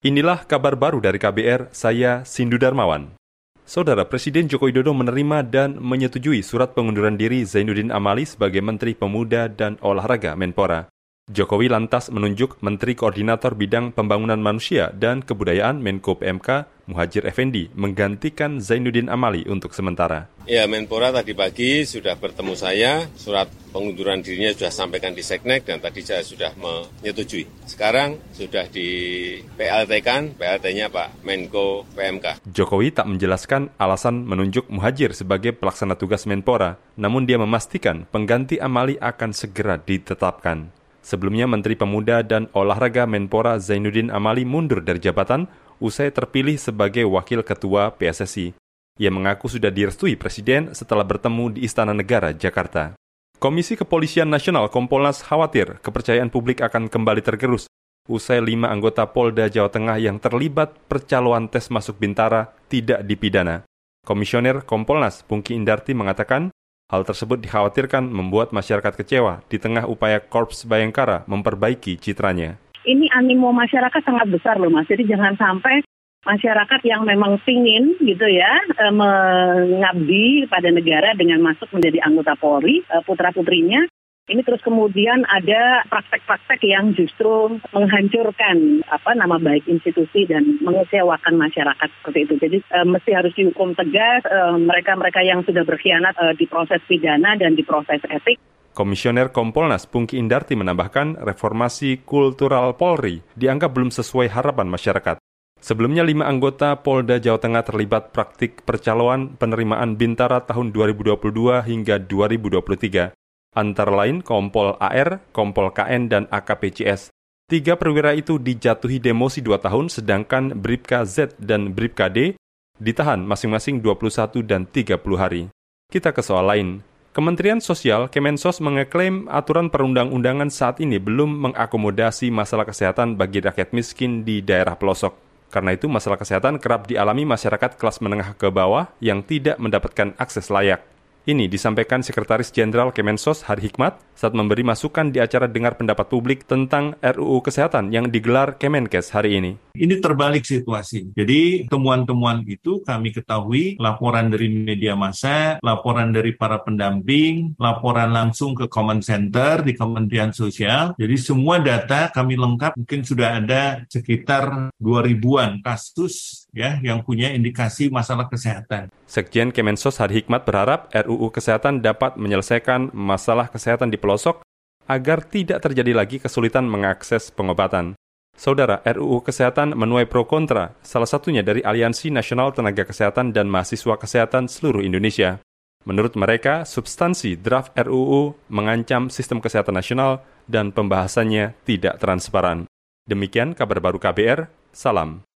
Inilah kabar baru dari KBR, saya Sindu Darmawan. Saudara Presiden Joko Widodo menerima dan menyetujui surat pengunduran diri Zainuddin Amali sebagai Menteri Pemuda dan Olahraga Menpora. Jokowi lantas menunjuk Menteri Koordinator Bidang Pembangunan Manusia dan Kebudayaan Menko PMK Muhadjir Effendi menggantikan Zainuddin Amali untuk sementara. Ya, Menpora tadi pagi sudah bertemu saya, surat pengunduran dirinya sudah sampaikan di Seknek dan tadi saya sudah menyetujui. Sekarang sudah di PLT-kan, PLT-nya Pak Menko PMK. Jokowi tak menjelaskan alasan menunjuk Muhadjir sebagai pelaksana tugas Menpora, namun dia memastikan pengganti Amali akan segera ditetapkan. Sebelumnya, Menteri Pemuda dan Olahraga Menpora Zainuddin Amali mundur dari jabatan usai terpilih sebagai Wakil Ketua PSSI. Ia mengaku sudah direstui Presiden setelah bertemu di Istana Negara, Jakarta. Komisi Kepolisian Nasional Kompolnas khawatir kepercayaan publik akan kembali tergerus usai 5 anggota Polda Jawa Tengah yang terlibat percaloan tes masuk Bintara tidak dipidana. Komisioner Kompolnas Pungki Indarti mengatakan, hal tersebut dikhawatirkan membuat masyarakat kecewa di tengah upaya Korps Bayangkara memperbaiki citranya. Ini animo masyarakat sangat besar loh Mas, jadi jangan sampai masyarakat yang memang pingin gitu ya mengabdi pada negara dengan masuk menjadi anggota Polri, putra-putrinya, ini terus kemudian ada praktek-praktek yang justru menghancurkan nama baik institusi dan mengecewakan masyarakat seperti itu. Jadi mesti harus dihukum tegas mereka-mereka yang sudah berkhianat diproses pidana dan diproses etik. Komisioner Kompolnas Pungki Indarti menambahkan reformasi kultural Polri dianggap belum sesuai harapan masyarakat. Sebelumnya 5 anggota Polda Jawa Tengah terlibat praktik percaloan penerimaan Bintara tahun 2022 hingga 2023. Antara lain Kompol AR, Kompol KN, dan AKP-CS. 3 perwira itu dijatuhi demosi 2 tahun, sedangkan Bribka Z dan Bribka D ditahan masing-masing 21 dan 30 hari. Kita ke soal lain. Kementerian Sosial Kemensos mengeklaim aturan perundang-undangan saat ini belum mengakomodasi masalah kesehatan bagi rakyat miskin di daerah pelosok. Karena itu masalah kesehatan kerap dialami masyarakat kelas menengah ke bawah yang tidak mendapatkan akses layak. Ini disampaikan Sekretaris Jenderal Kemensos Hari Hikmat saat memberi masukan di acara dengar pendapat publik tentang RUU Kesehatan yang digelar Kemenkes hari ini. Ini terbalik situasi. Jadi temuan-temuan itu kami ketahui, laporan dari media massa, laporan dari para pendamping, laporan langsung ke Common Center di Kementerian Sosial. Jadi semua data kami lengkap, mungkin sudah ada sekitar 2.000-an kasus ya yang punya indikasi masalah kesehatan. Sekjen Kemensos Hari Hikmat berharap RUU Kesehatan dapat menyelesaikan masalah kesehatan di pelosok agar tidak terjadi lagi kesulitan mengakses pengobatan. Saudara, RUU Kesehatan menuai pro kontra, salah satunya dari Aliansi Nasional Tenaga Kesehatan dan Mahasiswa Kesehatan seluruh Indonesia. Menurut mereka, substansi draft RUU mengancam sistem kesehatan nasional dan pembahasannya tidak transparan. Demikian kabar baru KBR, salam.